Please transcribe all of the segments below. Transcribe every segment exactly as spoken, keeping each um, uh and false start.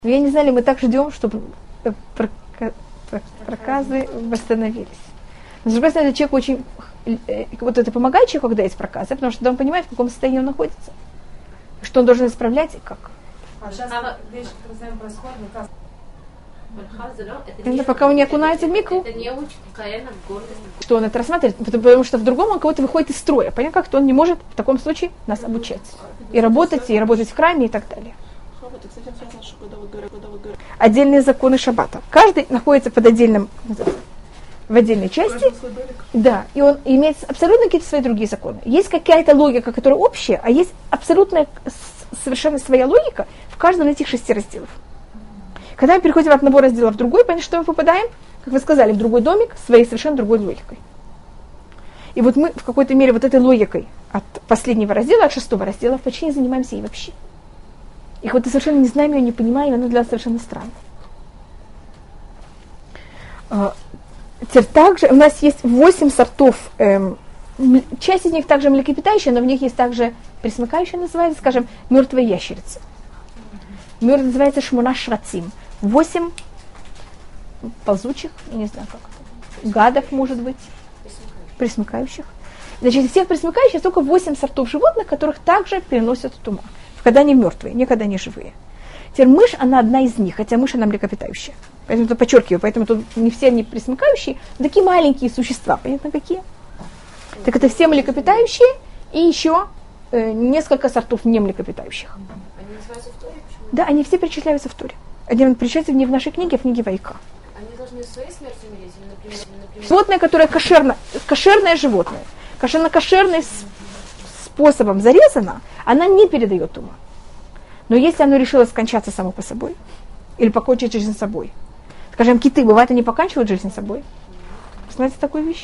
Но я не знаю, мы так ждем, чтобы проказы восстановились. Но, с другой стороны, человек очень... Вот это помогает человеку, когда есть проказы, потому что он понимает, в каком состоянии он находится. Что он должен исправлять и как. А сейчас вещи, которые с нами происходят, как... Это пока он не окунается в микву, это не учит Каэна в гордость. что он это рассматривает, потому что в другом он кого-то выходит из строя. Понятно, как-то он не может в таком случае нас обучать. И работать, и работать в храме, и так далее. Отдельные законы шаббата. Каждый находится под отдельным, в отдельной части. Да, и он имеет абсолютно какие-то свои другие законы. Есть какая-то логика, которая общая, а есть абсолютная, совершенно своя логика в каждом из этих шести разделов. Когда мы переходим от одного раздела в другой, понятно, что мы попадаем, как вы сказали, в другой домик с своей совершенно другой логикой. И вот мы в какой-то мере вот этой логикой от последнего раздела, от шестого раздела, почти не занимаемся ей вообще. И вот мы совершенно не знаем ее, не понимаем, она для нас совершенно странна. Теперь также у нас есть восемь сортов, эм, часть из них также млекопитающие, но в них есть также пресмыкающие, называется, скажем, мертвые ящерицы. Мертвые называется шмуна шрацим. Восемь ползучих, не знаю как это, гадов, может быть, пресмыкающих. Значит, из всех пресмыкающих только восемь сортов животных, которых также переносят тума. Когда они мертвые, никогда не живые. Теперь мышь, она одна из них, хотя мышь, она млекопитающая. Поэтому это подчеркиваю, поэтому тут не все они пресмыкающие, но такие маленькие существа. Понятно, какие? Так это все млекопитающие и еще э, несколько сортов не млекопитающих. Они называются в Торе? Почему? Да, они все перечисляются в Торе. Они перечисляются не в нашей книге, а в книге Вайкра. Они должны своей смертью умереть? Или, например, например... Животное, которое кошерно, кошерное животное, кошерно-кошерное способом зарезано, она не передает тума. Но если оно решило скончаться само по собой, или покончить жизнь собой, скажем, киты, бывает, они поканчивают жизнь собой. Знаете такую вещь?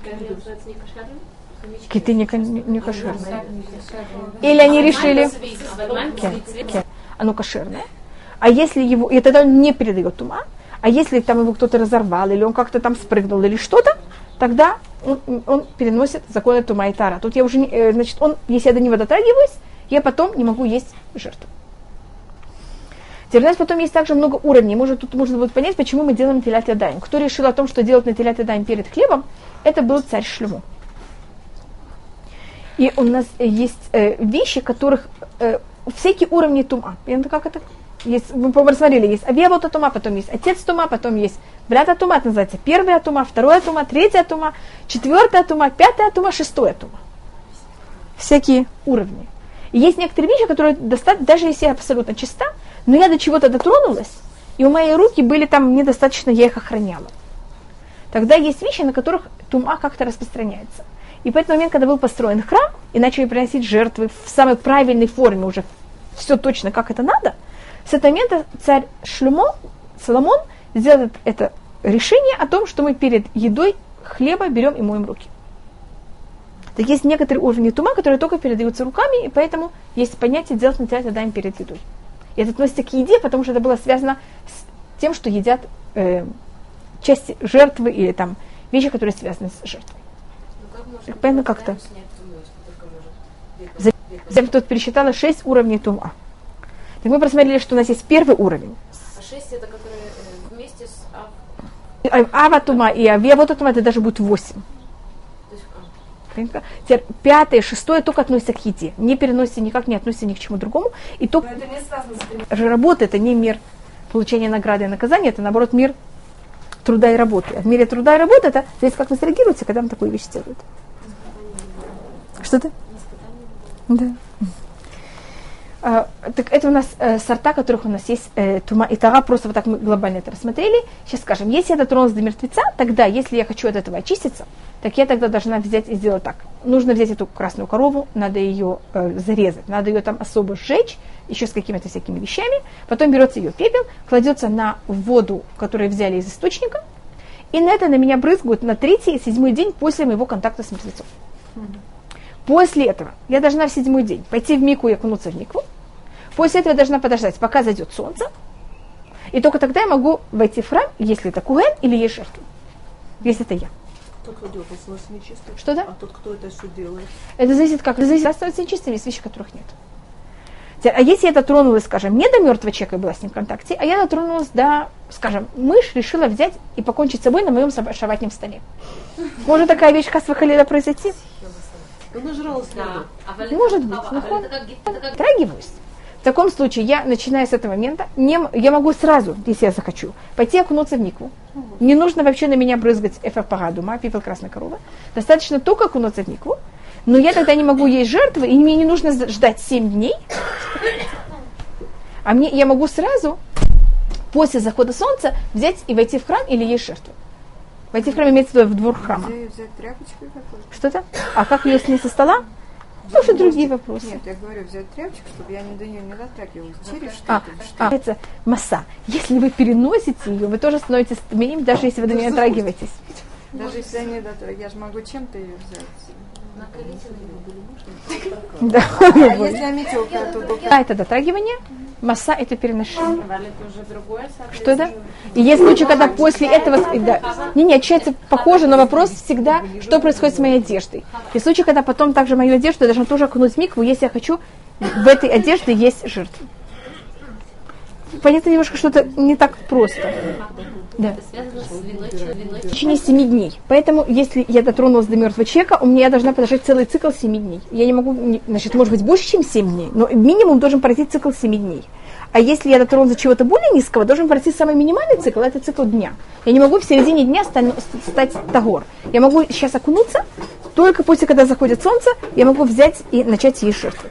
Киты не, не, не кошерные. Или они решили... Оно кошерное. А если его... И тогда он не передает тума. А если там его кто-то разорвал, или он как-то там спрыгнул, или что-то, тогда он, он переносит законы тума и тара. Тут я уже не... Значит, он, если я до него дотрагиваюсь, я потом не могу есть жертву. Теперь у нас потом есть также много уровней. Может, тут можно будет понять, почему мы делаем тилят ядаим. Кто решил о том, что делать на тилят ядаим перед хлебом, это был царь Шломо. И у нас есть э, вещи, которых э, всякие уровни тума. Как это? Есть, мы посмотрели, есть авиавота тума, потом есть отец тума, потом есть брата тума, это называется первая тума, вторая тума, третья тума, четвертая тума, пятая тума, шестая тума. Всякие уровни. И есть некоторые вещи, которые достаточно, даже если я абсолютно чиста, но я до чего-то дотронулась, и у моей руки были там недостаточно, я их охраняла. Тогда есть вещи, на которых тума как-то распространяется. И в этот момент, когда был построен храм, и начали приносить жертвы в самой правильной форме, уже все точно, как это надо, с этого момента царь Шломо, Соломон, сделал это решение о том, что мы перед едой хлеба берем и моем руки. Так есть некоторые уровни тума, которые только передаются руками, и поэтому есть понятие делать натилят ядаим перед едой. И это относится к еде, потому что это было связано с тем, что едят э, части жертвы или там вещи, которые связаны с жертвой. Ну, понятно, как-то. Я тут пересчитала шесть уровней тума. Так мы просмотрели, что у нас есть первый уровень. А шесть это которые э, вместе с ав... Ава тума и авиавота тума, это даже будет восемь. Теперь пятое, шестое только относится к еде. Не переносится, никак не относится ни к чему другому. И только это не связано с работа, это не мир получения награды и наказания, это наоборот мир труда и работы. А в мире труда и работы это зависит, как вы среагируете, когда вам такую вещь делают. Что-то? Да. А, так это у нас э, сорта, которых у нас есть э, тума и тара, просто вот так мы глобально это рассмотрели. Сейчас скажем, если я дотронулась до мертвеца, тогда, если я хочу от этого очиститься, так я тогда должна взять и сделать так. Нужно взять эту красную корову, надо ее э, зарезать, надо ее там особо сжечь, еще с какими-то всякими вещами. Потом берется ее пепел, кладется на воду, которую взяли из источника, и на это на меня брызгают на третий и седьмой день после моего контакта с мертвецом. После этого я должна в седьмой день пойти в микву и окунуться в микву. После этого я должна подождать, пока зайдет солнце. И только тогда я могу войти в храм, если это куэн или есть жертва. Если это я. Тот, кто делает, он становится нечистым. Что да? А тот, кто это все делает? Это зависит, как это зависит, становится нечистым, есть вещи, которых нет. А если я дотронулась, скажем, не до мертвого человека и была с ним в контакте, а я дотронулась до, скажем, мышь решила взять и покончить с собой на моем шабатном столе. Может такая вещь, хас вахалиля, произойти? Может быть. Дотрагиваюсь. В таком случае я, начиная с этого момента, не, я могу сразу, если я захочу, пойти окунуться в микву. Не нужно вообще на меня брызгать эфапагадума, пепел красной коровы. Достаточно только окунуться в микву. Но я тогда не могу есть жертвы, и мне не нужно ждать семь дней. А мне, я могу сразу, после захода солнца, взять и войти в храм или есть жертву. Войти в храм имеется в виду в двор храма. Взять тряпочку какую-то? Что-то? А как ее снять со стола? Ну, уже другие вопросы. Нет, я говорю, взять тряпочку, чтобы я не до нее не дотрагивалась. Через а, что-то. А, это масса. Если вы переносите ее, вы тоже становитесь тмеим, даже если вы до нее дотрагиваетесь. Даже если я не дотрагиваюсь, я же могу чем-то ее взять. Да. А если я метелка оттуда? А это дотрагивание, масса это переношение. Что это? И есть случаи, когда после этого... Да, не, не, отчасти похоже, но вопрос всегда, что происходит с моей одеждой. И случаи, когда потом также мою одежду я должна тоже окунуть в микву, если я хочу в этой одежде есть жертву. Понятно, немножко что-то не так просто. Да. В течение семи дней. Поэтому, если я дотронулась до мертвого человека, у меня я должна подождать целый цикл семи дней. Я не могу, значит, может быть, больше, чем семь дней, но минимум должен пройти цикл семи дней. А если я дотронулась до чего-то более низкого, должен пройти самый минимальный цикл, это цикл дня. Я не могу в середине дня стать, стать тагор. Я могу сейчас окунуться, только после, когда заходит солнце, я могу взять и начать есть жертву.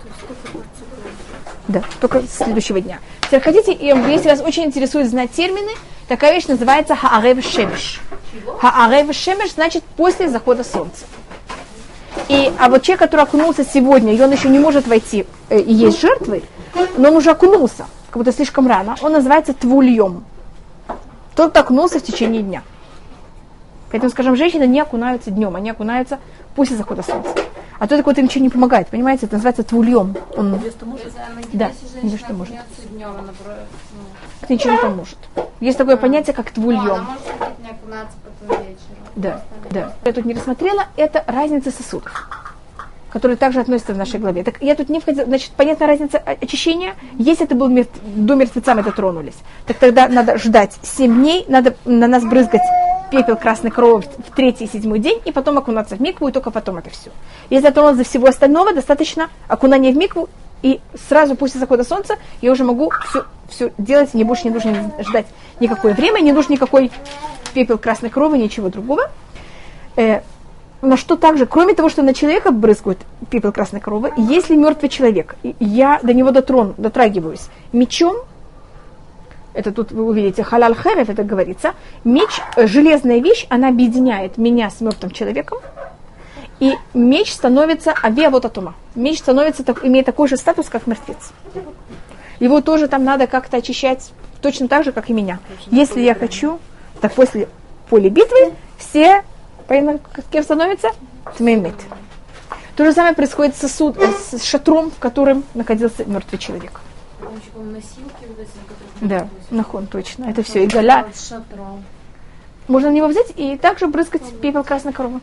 Да, только с следующего дня. Если хотите, если вас очень интересует знать термины, такая вещь называется хаарев шемеш. Хаарев шемеш значит после захода солнца. И, а вот человек, который окунулся сегодня, и он еще не может войти э, и есть жертвы, но он уже окунулся, как будто слишком рано, он называется твульем. Тот, кто окунулся в течение дня. Поэтому, скажем, женщины не окунаются днем, они окунаются после захода солнца. А то такое вот им ничего не помогает, понимаете, это называется твульем. Он... Да, не что может. Днем, она, ну... Это ничего не поможет. Есть такое а. понятие, как твульем. Ну, она может не окунаться потом вечером. Да, да. Я тут не рассмотрела, это разница сосудов, которые также относятся в нашей главе. Так я тут не входила, значит, понятна разница очищения. Если это был мертв... до мертвеца мы дотронулись, так тогда надо ждать семь дней, надо на нас брызгать пепел красной коровы в третий и седьмой день, и потом окунаться в микву, и только потом это все. Если дотронулась до всего остального, достаточно окунания в микву, и сразу после захода солнца я уже могу все, все делать, мне больше не нужно ждать никакое время, не нужен никакой пепел красной коровы, ничего другого. Э, на что также, кроме того, что на человека брызгают пепел красной коровы, если мертвый человек, я до него дотрону, дотрагиваюсь мечом, это тут вы увидите, халал херев, это говорится, меч, железная вещь, она объединяет меня с мертвым человеком, и меч становится авиавотатума. Меч становится, имеет такой же статус, как мертвец. Его тоже там надо как-то очищать, точно так же, как и меня. Если я хочу, так после поля битвы все, понятно, кем становится? Тмеймет. То же самое происходит с, сосуд, с шатром, в котором находился мертвый человек. Да, нахон, точно. Это все, и галя. Можно на него взять и также брызгать пепел красной коровы.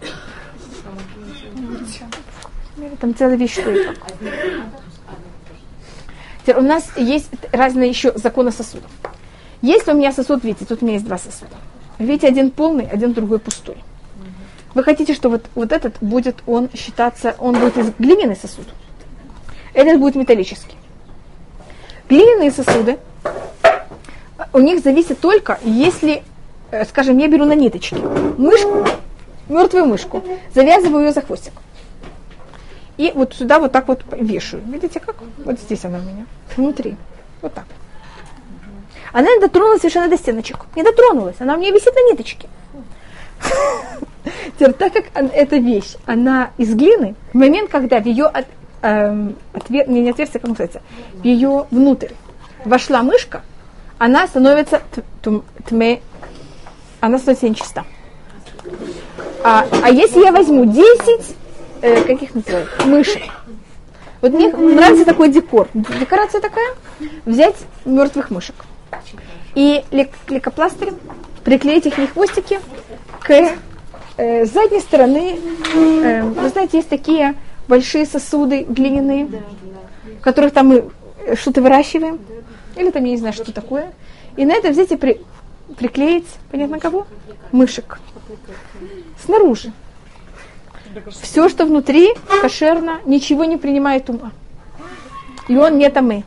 Там целая вещь стоит. Теперь у нас есть разные еще законы сосудов. Если у меня сосуд, видите, тут у меня есть два сосуда. Видите, один полный, один другой пустой. Вы хотите, что вот, вот этот будет, он считаться, он будет из глиняный сосуд. Этот будет металлический. Глиняные сосуды, у них зависит только, если, скажем, я беру на ниточке мышку, мертвую мышку, завязываю ее за хвостик. И вот сюда вот так вот вешаю. Видите как? Вот здесь она у меня. Внутри. Вот так. Она не дотронулась совершенно до стеночек. Не дотронулась. Она у меня висит на ниточке. Теперь, так как эта вещь, она из глины, в момент, когда в ее от, эм, отвер, не, не отверстие, как называется, в ее внутрь вошла мышка, она становится тме, она становится нечиста. А, а если я возьму десять, э, каких называют, мышек, вот мне нравится такой декор, декорация такая, взять мертвых мышек и лейкопластырем приклеить их хвостики к э, задней стороны. Э, вы знаете, есть такие большие сосуды глиняные, в которых там мы что-то выращиваем, или там, я не знаю, что такое, и на это взять и при, приклеить, понятно кого? Мышек. Снаружи. Все, что внутри, кошерно, ничего не принимает ума. И он не тамы.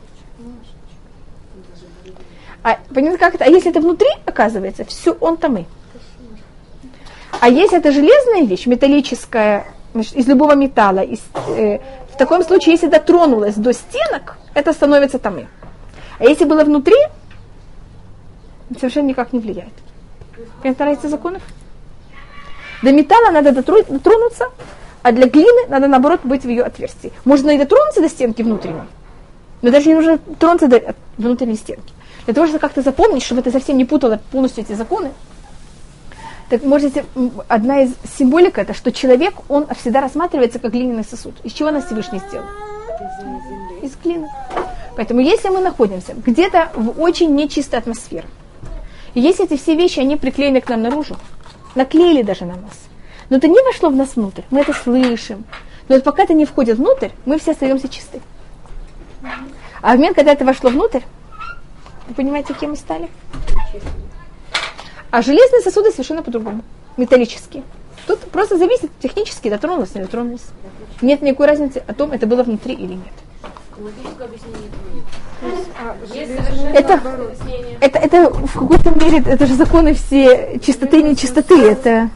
А, понятно, как это? А если это внутри, оказывается, все, он тамы. А если это железная вещь, металлическая, значит, из любого металла, из, э, в таком случае, если дотронулась до стенок, это становится тамы. А если было внутри, совершенно никак не влияет. Понятно, разница законов? До металла надо дотронуться, а для глины надо, наоборот, быть в ее отверстии. Можно и дотронуться до стенки внутренней, но даже не нужно тронуться до внутренней стенки. Для того, чтобы как-то запомнить, чтобы это совсем не путало полностью эти законы, так можете, одна из символик это, что человек, он всегда рассматривается как глиняный сосуд. Из чего нас Всевышний сделал? Из глины. Поэтому если мы находимся где-то в очень нечистой атмосфере, и если эти все вещи, они приклеены к нам наружу, наклеили даже на нас, но это не вошло в нас внутрь, мы это слышим, но вот пока это не входит внутрь, мы все остаемся чисты. А в момент, когда это вошло внутрь, вы понимаете, кем мы стали? А железные сосуды совершенно по-другому, металлические. Тут просто зависит технически, дотронулась, не дотронулась. Нет никакой разницы о том, это было внутри или нет. Это, это, это в какой-то мере, это же законы все чистоты и нечистоты. Это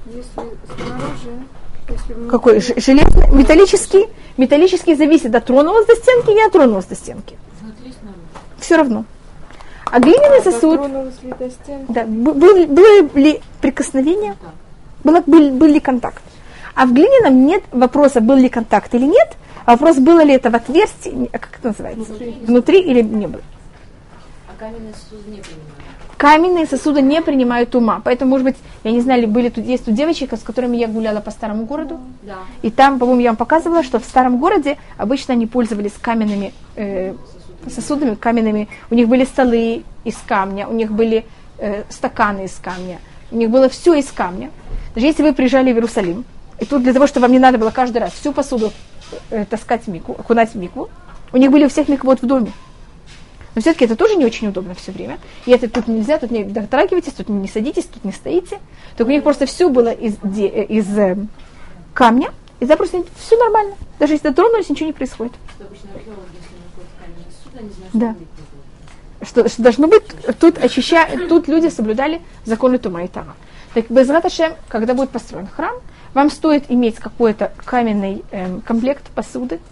какой? Железный, металлический. Металлический зависит, дотронулась до стенки, не дотронулась до стенки. Все равно. А глиняный сосуд, да, был, было ли прикосновение, было, был, был ли контакт. А в глиняном нет вопроса, был ли контакт или нет, а вопрос, было ли это в отверстии, как это называется, внутри, внутри или не было. А каменные сосуды не принимают? Каменные сосуды не принимают ума. Поэтому, может быть, я не знаю, были тут, есть тут девочки, с которыми я гуляла по старому городу. Да. И там, по-моему, я вам показывала, что в старом городе обычно они пользовались каменными э, сосудами, каменными. У них были столы из камня, у них были э, стаканы из камня, у них было все из камня. Даже если вы приезжали в Иерусалим, и тут для того, чтобы вам не надо было каждый раз всю посуду э, таскать в микву, окунать в микву, у них были у всех миквот в доме. Но все-таки это тоже не очень удобно все время. И это тут нельзя, тут не дотрагивайтесь, тут не садитесь, тут не стоите. Только у них просто все было из, из э, камня, и да, просто все нормально. Даже если дотронулись, ничего не происходит. Да. Что, что должно быть, тут, ощуща, тут люди соблюдали законы Тума и Тара. Так, Безрат Ашем, когда будет построен храм, вам стоит иметь какой-то каменный эм, комплект посуды.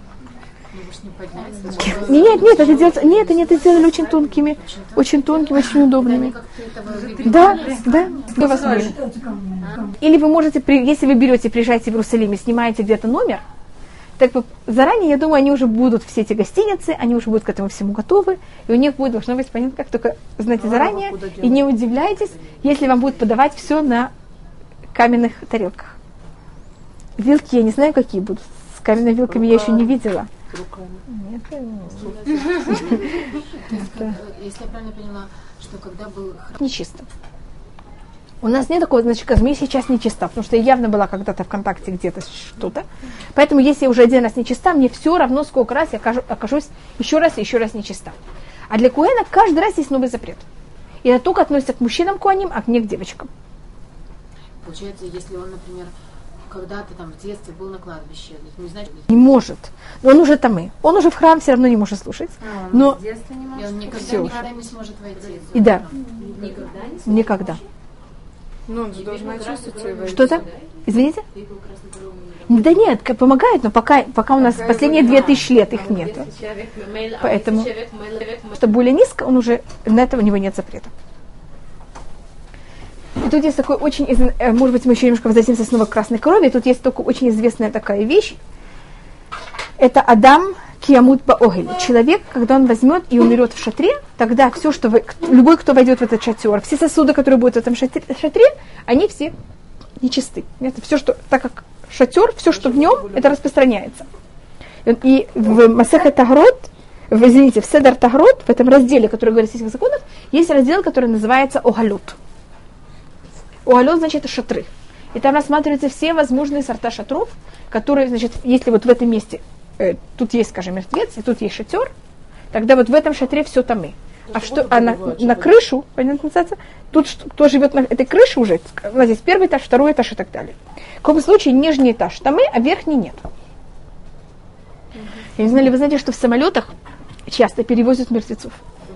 Не нет, нет, это делается, нет, они это сделали очень тонкими, очень тонкими, очень удобными. Да, да, невозможно. Или вы можете, если вы берете, приезжаете в Иерусалим и снимаете где-то номер, так вот, заранее, я думаю, они уже будут, все эти гостиницы, они уже будут к этому всему готовы, и у них будет, должно быть понятно, как только знаете заранее, и не удивляйтесь, если вам будут подавать все на каменных тарелках. Вилки, я не знаю, какие будут, с каменными вилками я еще не видела. Нет, если я правильно поняла, что когда был нечисто. У нас нет такого, значит, мы сейчас нечиста, потому что я явно была когда-то в контакте где-то что-то. Поэтому, если я уже один раз нечиста, мне все равно, сколько раз я окажу, окажусь еще раз и еще раз нечиста. А для коэна каждый раз есть новый запрет. И это только относится к мужчинам коэним, а не к девочкам. Получается, если он, например, когда-то там в детстве был на кладбище, не знает, не может. Он уже там и. Он уже в храм все равно не может слушать. А, но в детстве не может. И он никогда, никогда не сможет войти. И да. Никогда не сможет? Никогда. Ну, он же должен очиститься. Что-то? Извините? Да нет, помогает, но пока, пока у нас последние две тысячи лет их нет. Поэтому, что более низко, он уже, на это у него нет запрета. И тут есть такой очень, может быть, мы еще немножко возвратимся снова к красной корове, тут есть только очень известная такая вещь. Это Адам Киямут Баогель. Человек, когда он возьмет и умрет в шатре, тогда все, что вы, любой, кто войдет в этот шатер, все сосуды, которые будут в этом шатре, шатре они все нечисты. Это все, что, так как шатер, все, что в нем, это распространяется. И в Масехет Тагрот, в, извините, в Седер Тагрот, в этом разделе, который говорит о этих законах, есть раздел, который называется Огалут. Огалут значит шатры. И там рассматриваются все возможные сорта шатров, которые, значит, если вот в этом месте, э, тут есть, скажем, мертвец, и тут есть шатер, тогда вот в этом шатре все тамы. А, что, а на, на крышу, понятно, тут кто живет на этой крыше уже, у нас здесь первый этаж, второй этаж и так далее. В каком случае нижний этаж тамы, а верхний нет. Я не знаю, ли вы знаете, что в самолетах часто перевозят мертвецов?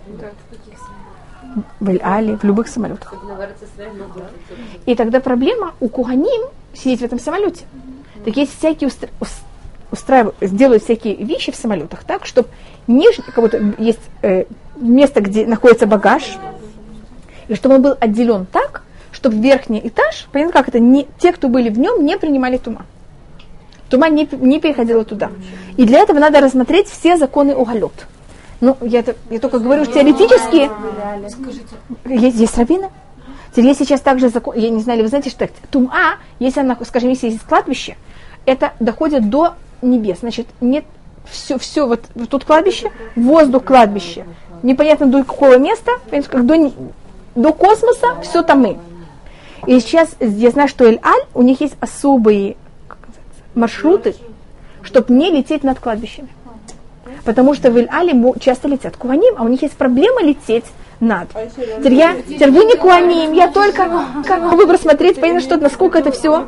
В Эль-Али, в любых самолетах. И тогда проблема у куганим сидеть в этом самолете. Так есть всякие устра... устраивают, делают всякие вещи в самолетах так, чтобы нижний, как будто есть э, место, где находится багаж, и чтобы он был отделен так, чтобы верхний этаж, понятно, как это, не, те, кто были в нем, не принимали тума. Тума не, не переходила туда. И для этого надо рассмотреть все законы угалет. Ну, я, я только говорю, что теоретически есть, есть раввины. Есть сейчас также закон, я не знаю, ли вы знаете, что тума, если она, скажем, если есть кладбище, это доходит до небес. Значит, нет все, все вот, вот тут кладбище, воздух кладбище. Непонятно до какого места, как до, до космоса, все тамы. И сейчас я знаю, что Эль-Аль, у них есть особые маршруты, чтобы не лететь над кладбищами. Потому что в Эль-Али часто летят куаним, а у них есть проблема лететь над. Теперь я, теперь вы не куаним, я только как выбор смотреть, понятно, что насколько это все.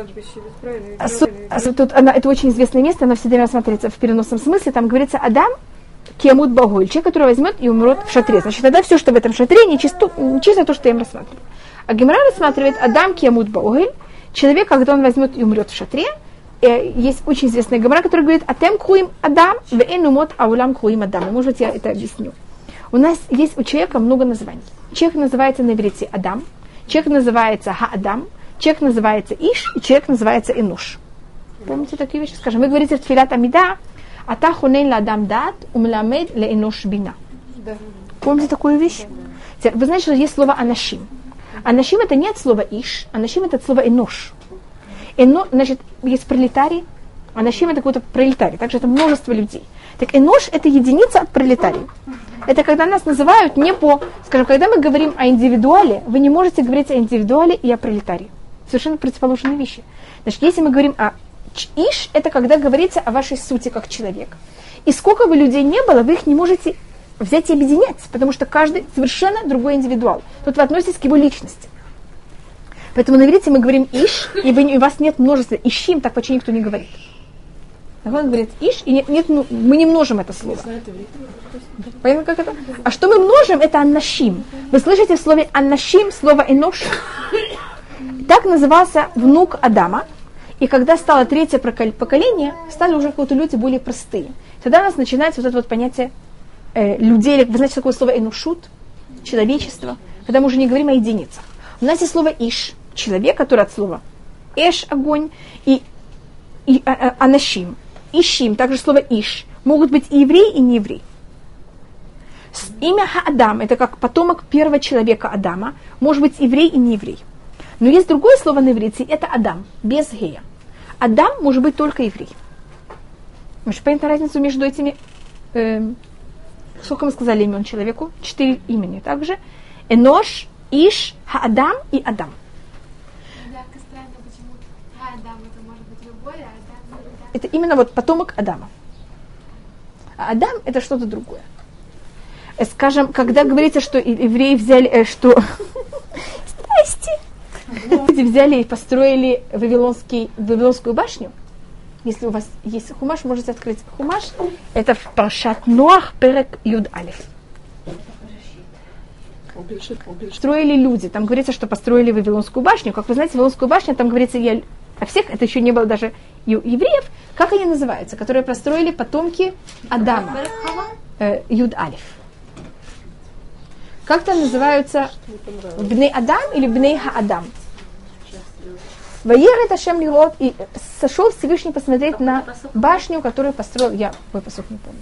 Тут она, это очень известное место, оно всегда рассматривается в переносном смысле. Там говорится Адам кемут баголь, человек, который возьмет и умрет в шатре. Значит, тогда все, что в этом шатре, не чисто, не чисто то, что я им рассматриваю. А Гемара рассматривает Адам кемут баголь, человек, когда он возьмет и умрет в шатре. Есть очень известная гемара, которая говорит «Атем круим Адам, веэн умот аулам круим Адам». Может быть, я это объясню. У нас есть у человека много названий. Человек называется на иврите Адам, человек называется Ха-Адам, человек называется Иш, и человек называется Энош. Помните такие вещи? Скажем, вы говорите в Тфилат Амида «Ата хунен ла Адам дат, умламед ла Энош бина». Помните такую вещь? Вы знаете, что есть слово «анашим». «Анашим» это не от слова «иш», «анашим» это от слова «энош». Эно, значит, есть пролетарий, а нашим это какой-то пролетарий, также это множество людей. Так энош это единица от пролетариев. Это когда нас называют не по, скажем, когда мы говорим о индивидуале, вы не можете говорить о индивидуале и о пролетарии. Совершенно противоположные вещи. Значит, если мы говорим о иш, это когда говорится о вашей сути как человек. И сколько бы людей не было, вы их не можете взять и объединять, потому что каждый совершенно другой индивидуал. Тут вы относитесь к его личности. Поэтому на иврите мы говорим «иш», и, вы, и у вас нет множества. «Ишим» так почти никто не говорит. Так он говорит «иш», и нет, нет, ну, мы не множим это слово. Понятно, как это? А что мы множим, это «аннашим». Вы слышите в слове «аннашим» слово «энош»? Так назывался внук Адама. И когда стало третье поколение, стали уже какие-то люди более простые. Тогда у нас начинается вот это вот понятие э, людей. Вы знаете такое слово «энушут»? Человечество. Когда мы уже не говорим о единицах. У нас есть слово «иш». Человек, который от слова «эш» – огонь, и, и а, а, «анашим», «ишим», также слово «иш». Могут быть и евреи, и не евреи. Имя Ха-Адам – это как потомок первого человека Адама. Может быть еврей и не еврей. Но есть другое слово на иврите – это Адам, без гея. Адам может быть только еврей. Может, понятна разницу между этими… Э, сколько мы сказали имен человеку? Четыре имени. Также Энош, Иш, Ха-Адам и Адам. Это именно вот потомок Адама. А Адам это что-то другое. Скажем, когда говорится, что евреи взяли, что... Здрасте! Люди взяли и построили Вавилонский, Вавилонскую башню. Если у вас есть хумаш, можете открыть хумаш. Это в Паршат Ноах Перек Юд Алеф. Строили люди. Там говорится, что построили Вавилонскую башню. Как вы знаете, Вавилонскую башню, там говорится я, о всех, это еще не было даже евреев. Как они называются? Которые построили потомки Адама. Э, Юд Алеф. Как там называются? Бней Адам или Бней Ха-Адам? Ваерет Ашем лирот, и сошел Всевышний посмотреть на башню, которую построил я. Ой, посух не помню.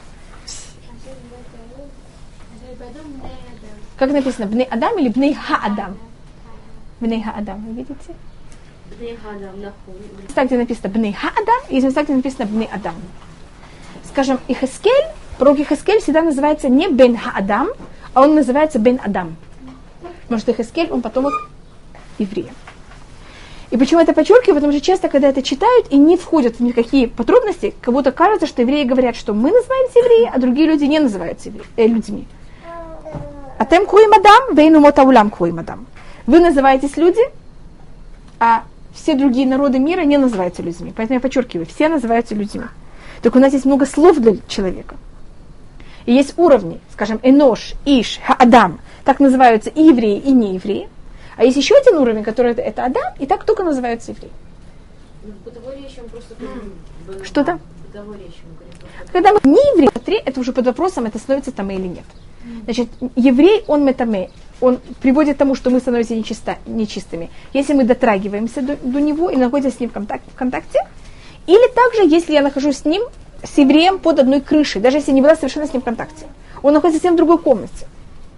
Как написано? Бней Адам или Бней Ха-Адам? Бней Ха-Адам, вы видите? Бней Ха-Адам. Места, где написано Бней Ха-Адам, и есть места, где написано Бней Адам. Скажем, Ихескель, пророк Ихескель всегда называется не Бен Ха-Адам, а он называется Бен Адам. Потому что Ихескель, он потомок еврея. И почему это подчеркиваю? Потому что часто, когда это читают и не входят в никакие подробности, как будто кажется, что евреи говорят, что мы называемся евреи, а другие люди не называются евре... э, людьми. Атем круим адам, вейну мотаулам круим адам. Вы называетесь люди, а все другие народы мира не называются людьми. Поэтому я подчеркиваю, все называются людьми. Только у нас есть много слов для человека. И есть уровни, скажем, энош, иш, адам. Так называются и евреи, и неевреи. А есть еще один уровень, который это, это адам, и так только называются евреи. Что там? Когда мы не евреи, это уже под вопросом, это становится там или нет. Значит, еврей, он метаме, он приводит к тому, что мы становимся нечисто, нечистыми. Если мы дотрагиваемся до, до него и находимся с ним в, контакт, в контакте, или также, если я нахожусь с ним, с евреем под одной крышей, даже если я не была совершенно с ним в контакте. Он находится совсем в другой комнате.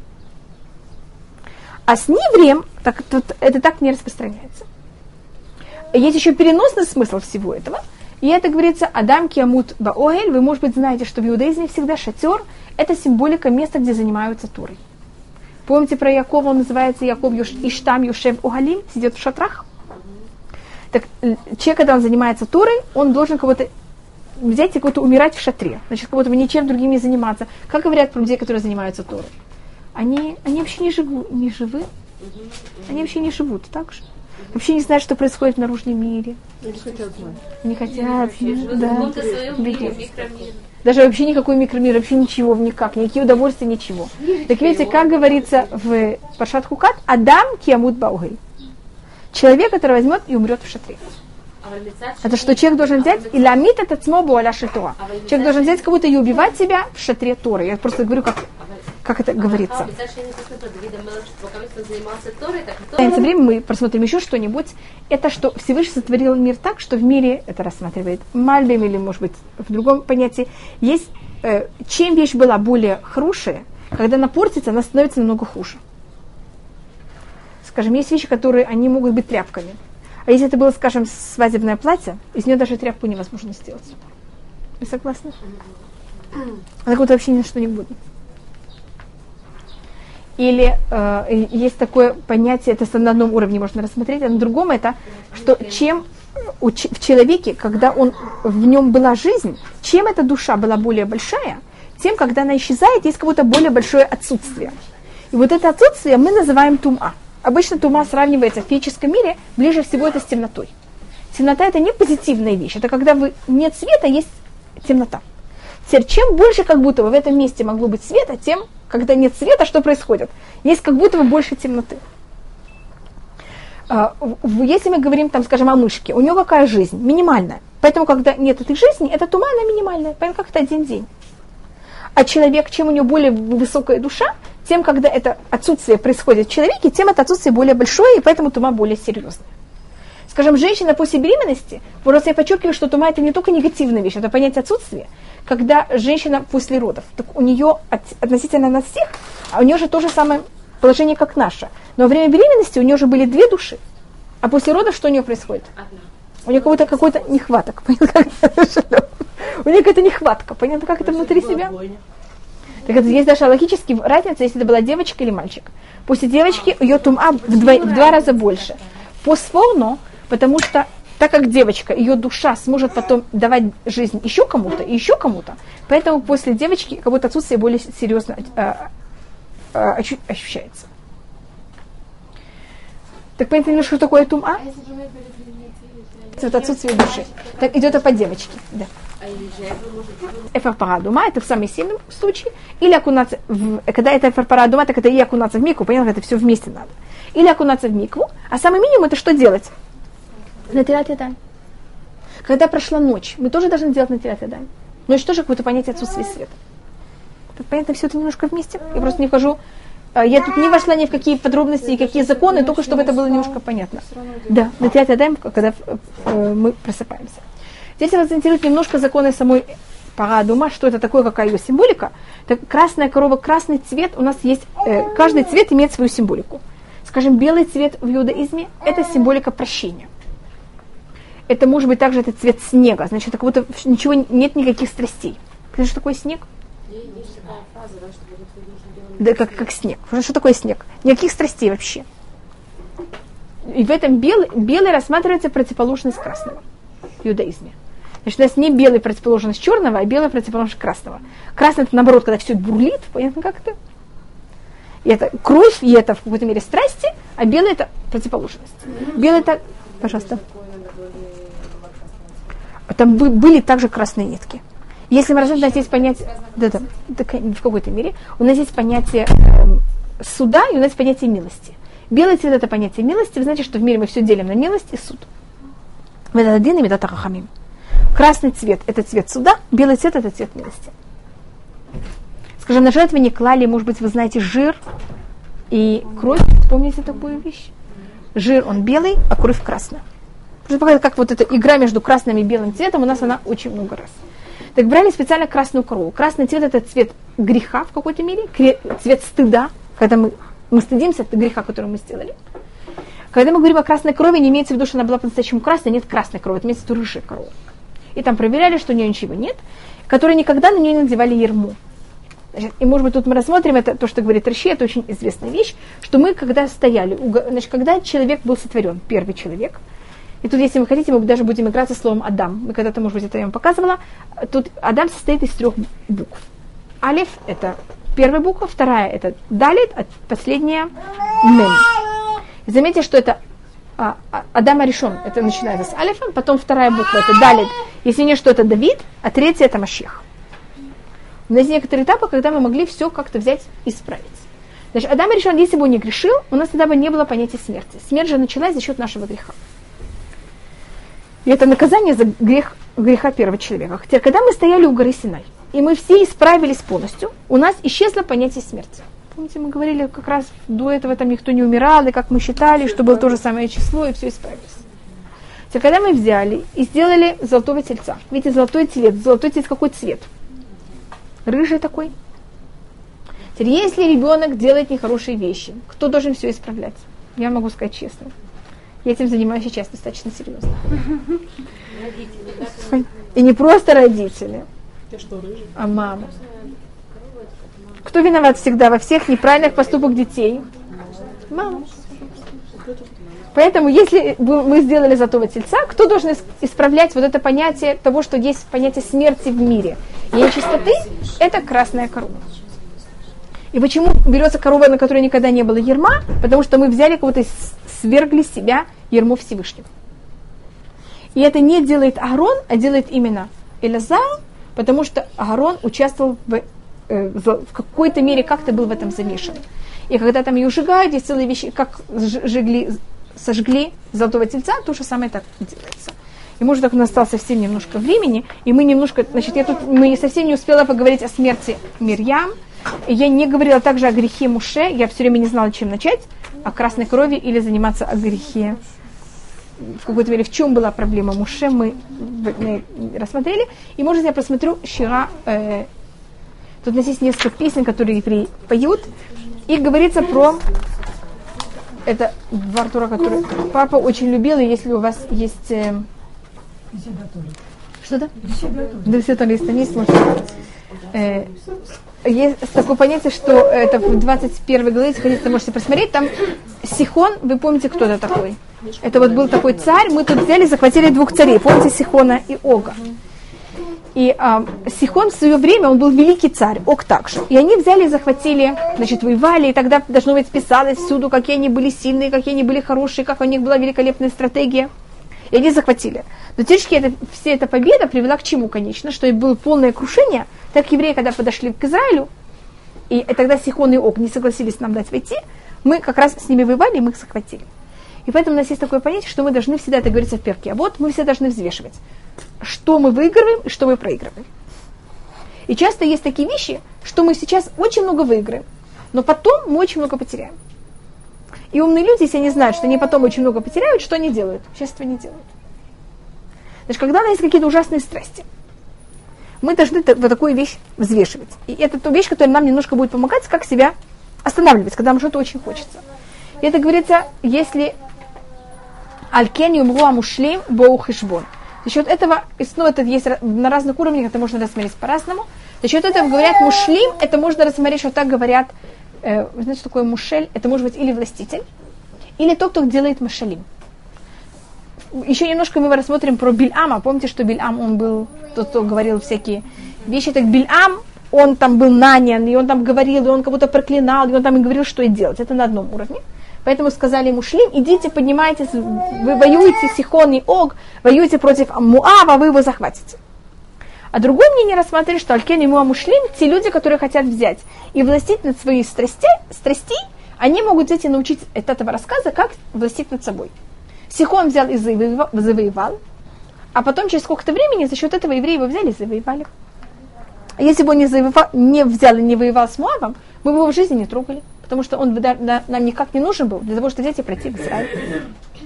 А с неевреем так, тут, это так не распространяется. Есть еще переносный смысл всего этого. И это говорится Адам киамут баогель. Вы, может быть, знаете, что в иудаизме всегда шатер – это символика места, где занимаются Торой. Помните про Якова, он называется Яков Иштам Юшев Огалим, сидит в шатрах? Так человек, когда он занимается Торой, он должен кого-то взять и кого-то умирать в шатре. Значит, кого-то ничем другим не заниматься. Как говорят про людей, которые занимаются Торой? Они, они вообще не живут, не живы. Они вообще не живут, так же. Вообще не знают, что происходит в наружном мире. Не хотят знать. Не хотят, да. Даже вообще никакой микромир, вообще ничего, никак, никакие удовольствия, ничего. Так видите, как говорится в Паршат Хукат, Адам киамут баогель. Человек, который возьмет и умрет в шатре. Это что человек должен взять и ламит этот смобу аля шатуа. Человек должен взять кого-то и убивать себя в шатре Торы. Я просто говорю, как, как это говорится. В это время мы просмотрим еще что-нибудь. Это что Всевышний сотворил мир так, что в мире, это рассматривает Мальбим или, может быть, в другом понятии, есть, э, чем вещь была более хорошая, когда она портится, она становится намного хуже. Скажем, есть вещи, которые, они могут быть тряпками. А если это было, скажем, свадебное платье, из нее даже тряпку невозможно сделать. Вы согласны? Она как будто вообще ни на что не годна. Или э, есть такое понятие, это на одном уровне можно рассмотреть, а на другом это, что чем у, в человеке, когда он, в нем была жизнь, чем эта душа была более большая, тем, когда она исчезает, есть какое-то более большое отсутствие. И вот это отсутствие мы называем тума. Обычно тума сравнивается в физическом мире, ближе всего это с темнотой. Темнота это не позитивная вещь, это когда вы, нет света, есть темнота. Теперь, чем больше как будто бы в этом месте могло быть света, тем, когда нет света, что происходит? Есть как будто бы больше темноты. Если мы говорим, там, скажем, о мышке, у нее какая жизнь? Минимальная. Поэтому, когда нет этой жизни, эта тума, она минимальная. Поэтому как это один день. А человек, чем у него более высокая душа, тем, когда это отсутствие происходит в человеке, тем это отсутствие более большое, и поэтому тума более серьезная. Скажем, женщина после беременности, просто я подчеркиваю, что тума это не только негативная вещь, это понятие отсутствия. Когда женщина после родов, так у нее относительно нас всех, а у нее же то же самое положение, как наше. Но во время беременности у нее же были две души, а после родов что у нее происходит? Одна. У нее какой-то, какой-то нехваток. У нее какая-то нехватка. Понятно, как это внутри себя? Так это есть даже логически разница, если это была девочка или мальчик. После девочки ее тума в два, в два раза больше. Посфолно, потому что так как девочка, ее душа сможет потом давать жизнь еще кому-то и еще кому-то, поэтому после девочки как будто отсутствие более серьезно э, э, ощущается. Так понятно, что такое тума? Это отсутствие души. Так идет это по девочке. Да. Эфарпарадума, это в самый сильном случае. Или окунаться, в, когда это эфарпарадума, так это и окунаться в микву, понятно, это все вместе надо. Или окунаться в микву, а самый минимум это что делать? Натирать ядами. Когда прошла ночь, мы тоже должны делать натирать ядами. Ночь тоже какое-то понятие отсутствия света. Так понятно, все это немножко вместе. Я просто не вхожу, я тут не вошла ни в какие подробности и какие законы, только чтобы это было немножко понятно. Да, натирать ядами, когда э, мы просыпаемся. Здесь вас интересует немножко законы самой парадума, что это такое, какая ее символика. Так, красная корова, красный цвет, у нас есть, э, каждый цвет имеет свою символику. Скажем, белый цвет в иудаизме – это символика прощения. Это может быть также этот цвет снега, значит, как будто ничего, нет никаких страстей. Знаешь, что такое снег? Есть такая фраза, да, что будет видно белым. Да, как, как снег. Что такое снег? Никаких страстей вообще. и в этом белый, белый рассматривается противоположность красного в иудаизме. Значит, у нас не белый противоположность черного, а белый противоположность красного. Красный это наоборот, когда все бурлит, понятно как это? И это кровь, и это в какой-то мере страсти, а белый это противоположность. Белый это, пожалуйста. Там были также красные нитки. Если мы рассмотрим, у нас есть понятие, да, да, в какой-то мере, у нас есть понятие э, суда и у нас есть понятие милости. Белый цвет это понятие милости, вы знаете, что в мире мы все делим на милость и суд. Это один и медат хахамим. Красный цвет это цвет суда, белый цвет это цвет милости. Скажем, на жертве не клали, может быть, вы знаете, жир и кровь. Помните такую вещь? Жир он белый, а кровь красная. Как вот эта игра между красным и белым цветом, у нас она очень много раз. Так брали специально красную корову. Красный цвет это цвет греха в какой-то мере, цвет стыда, когда мы, мы стыдимся от греха, который мы сделали. Когда мы говорим о красной крови, не имеется в виду, что она была по-настоящему красной, нет красной крови, это имеется в виду рыжая корова. И там проверяли, что у нее ничего нет, которые никогда на нее не надевали ярму. Значит, и, может быть, тут мы рассмотрим, это то, что говорит Раши, это очень известная вещь, что мы, когда стояли, значит, когда человек был сотворен, первый человек, и тут, если вы хотите, мы даже будем играть со словом Адам. Мы когда-то, может быть, это я вам показывала. Тут Адам состоит из трех букв. Алиф – это первая буква, вторая – это Далит, а последняя – Мем. И заметьте, что это а, Адам Аришон, это начинается с Алифом, потом вторая буква – это Далит. Если не что, это Давид, а третья – это Машех. У нас есть некоторые этапы, когда мы могли все как-то взять и исправить. Значит, Адам Аришон, если бы он не грешил, у нас тогда бы не было понятия смерти. Смерть же началась за счет нашего греха. И это наказание за грех, греха первого человека. Хотя, когда мы стояли у горы Синай, и мы все исправились полностью, у нас исчезло понятие смерти. Помните, мы говорили, как раз до этого там никто не умирал, и как мы считали, что было то же самое число, и все исправились. Хотя, когда мы взяли и сделали золотого тельца, видите, золотой цвет, золотой цвет какой цвет? Рыжий такой. Теперь, если ребенок делает нехорошие вещи, кто должен все исправлять? Я могу сказать честно. Я этим занимаюсь сейчас достаточно серьезно. Родители, да? И не просто родители, а мама. Кто виноват всегда во всех неправильных поступках детей? Мама. Поэтому, если мы сделали золотого тельца, кто должен исправлять вот это понятие того, что есть понятие смерти в мире? И нечистоты – это красная корова. И почему берется корова, на которой никогда не было ярма? Потому что мы взяли кого-то и свергли с себя ярмо Всевышнего. И это не делает Аарон, а делает именно Элазар, потому что Аарон участвовал в, э, в, в какой-то мере, как-то был в этом замешан. И когда там ее сжигают, есть целые вещи, как сжигли, сожгли золотого тельца, то же самое так делается. И может, так у нас осталось совсем немножко времени, и мы немножко, значит, я тут мы совсем не успела поговорить о смерти Мирьям, и я не говорила также о грехе Муше, я все время не знала, чем начать, о красной крови или заниматься о грехе. В какой-то мере, в чем была проблема Муше, мы, мы рассмотрели. И, может, я просмотрю Шира. Э, тут у нас есть несколько песен, которые евреи поют. И говорится про... Это два Артура, который папа очень любил. И если у вас есть... Э, что-то? Да, все там есть. Там есть, может, э, есть такое понятие, что это в двадцать первой главе, если хотите, можете просмотреть, там Сихон, вы помните, кто это такой? Это вот был такой царь, мы тут взяли, захватили двух царей, помните Сихона и Ога. И а, Сихон в свое время, он был великий царь, Ог также. И они взяли и захватили, значит, воевали, и тогда, должно быть, писалось всюду, какие они были сильные, какие они были хорошие, как у них была великолепная стратегия. И они захватили. Но теоретически это, вся эта победа привела к чему, конечно, что и было полное крушение. Так евреи, когда подошли к Израилю, и, и тогда Сихон и Ог не согласились нам дать войти, мы как раз с ними воевали, и мы их захватили. И поэтому у нас есть такое понятие, что мы должны всегда, это говорится в перке, а вот мы все должны взвешивать, что мы выигрываем и что мы проигрываем. И часто есть такие вещи, что мы сейчас очень много выиграем, но потом мы очень много потеряем. И умные люди, если они знают, что они потом очень много потеряют, что они делают? Сейчас этого не делают. Значит, когда у нас есть какие-то ужасные страсти, мы должны вот такую вещь взвешивать. И это та вещь, которая нам немножко будет помогать, как себя останавливать, когда нам что-то очень хочется. И это говорится, если «Аль-кен юмру амушлим боу хешбон». За счет этого, и снова это есть на разных уровнях, это можно рассмотреть по-разному. За счет этого говорят мушлим, это можно рассмотреть, что так говорят, э, вы знаете, что такое мушель? Это может быть или властитель, или тот, кто делает машалим. Еще немножко мы рассмотрим про Бильама. Помните, что Бильам, он был тот, кто говорил всякие вещи. Так Бильам, он там был нанян, и он там говорил, и он кого-то проклинал, и он там и говорил, что и делать. Это на одном уровне. Поэтому сказали ему, шлим, идите, поднимайтесь, вы воюете, Сихон и Ог, воюете против Муава, вы его захватите. А другое мнение рассмотрели, что Алькен и Муа Шлим, те люди, которые хотят взять и властить над своими страстей, страстей, они могут взять и научить от этого рассказа, как властить над собой. Сихон взял и завоевал, завоевал, а потом через сколько-то времени за счет этого евреи его взяли и завоевали. А если бы он не, завоевал, не взял и не воевал с Муавом, мы бы его в жизни не трогали, потому что он нам никак не нужен был для того, чтобы взять и пройти в Израиль.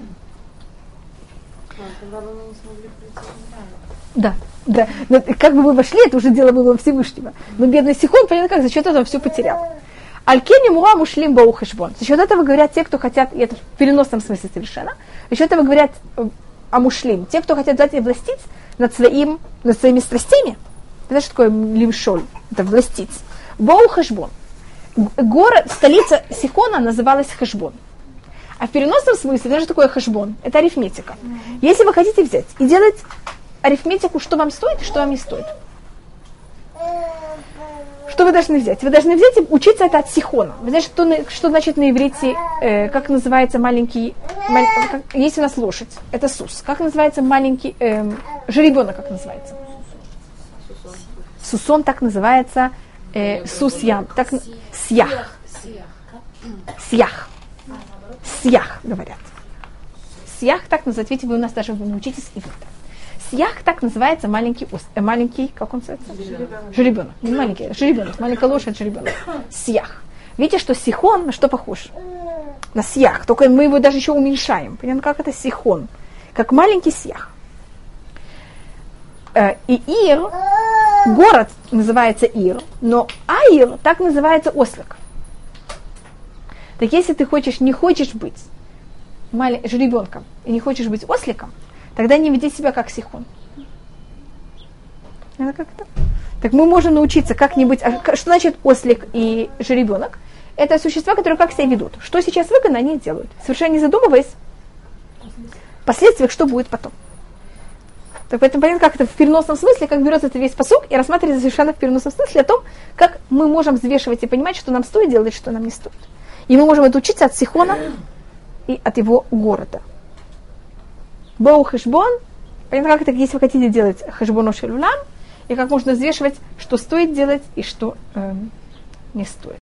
Да, да. Но как бы мы вошли, это уже дело было Всевышнего. Но бедный Сихон, понятно как, за счет этого все потерял. Алькени муа мушлим бау хэшбон. За счет этого говорят те, кто хотят, и это в переносном смысле совершенно, за счет этого говорят о мушлим, те, кто хотят взять и властить над, своим, над своими страстями. Это что такое лимшоль? Это властить. Бау хэшбон. Город, столица Сихона называлась Хэшбон. А в переносном смысле, это же такое хэшбон, это арифметика. Если вы хотите взять и делать арифметику, что вам стоит и что вам не стоит. Что вы должны взять? Вы должны взять и учиться это от Сихона. Вы знаете, что, что значит на иврите, э, как называется маленький, мал, как, есть у нас лошадь, это сус. Как называется маленький, э, жеребенок, как называется? Сусон так называется, э, сус-ям, так, сьях. Сьях. Сьях, говорят. Сьях так называется, видите, вы у нас даже вы научитесь иврита. Сьях так называется маленький, э, маленький, как он называется? Жеребенок. Жеребенок. Не маленький, жеребенок. Маленькая лошадь, жеребенок. Сьях. Видите, что Сихон на что похож? На Сьях. Только мы его даже еще уменьшаем. Понятно, как это Сихон? Как маленький Сьях. Э, и Ир, город называется Ир, но Аир так называется ослик. Так если ты хочешь, не хочешь быть малень... жеребенком и не хочешь быть осликом, тогда не веди себя как Сихон. Это как это? Так мы можем научиться как-нибудь... Что значит ослик и жеребенок? Это существа, которые как себя ведут. Что сейчас выгодно, они делают. Совершенно не задумываясь о последствиях, что будет потом. Так поэтому понятно, как это в переносном смысле, как берется это весь пасук и рассматривается совершенно в переносном смысле о том, как мы можем взвешивать и понимать, что нам стоит делать, что нам не стоит. И мы можем это учиться от Сихона и от его города. Бау хэшбон, понятно, как это, если вы хотите делать хэшбону шелулам, и как можно взвешивать, что стоит делать и что э, не стоит.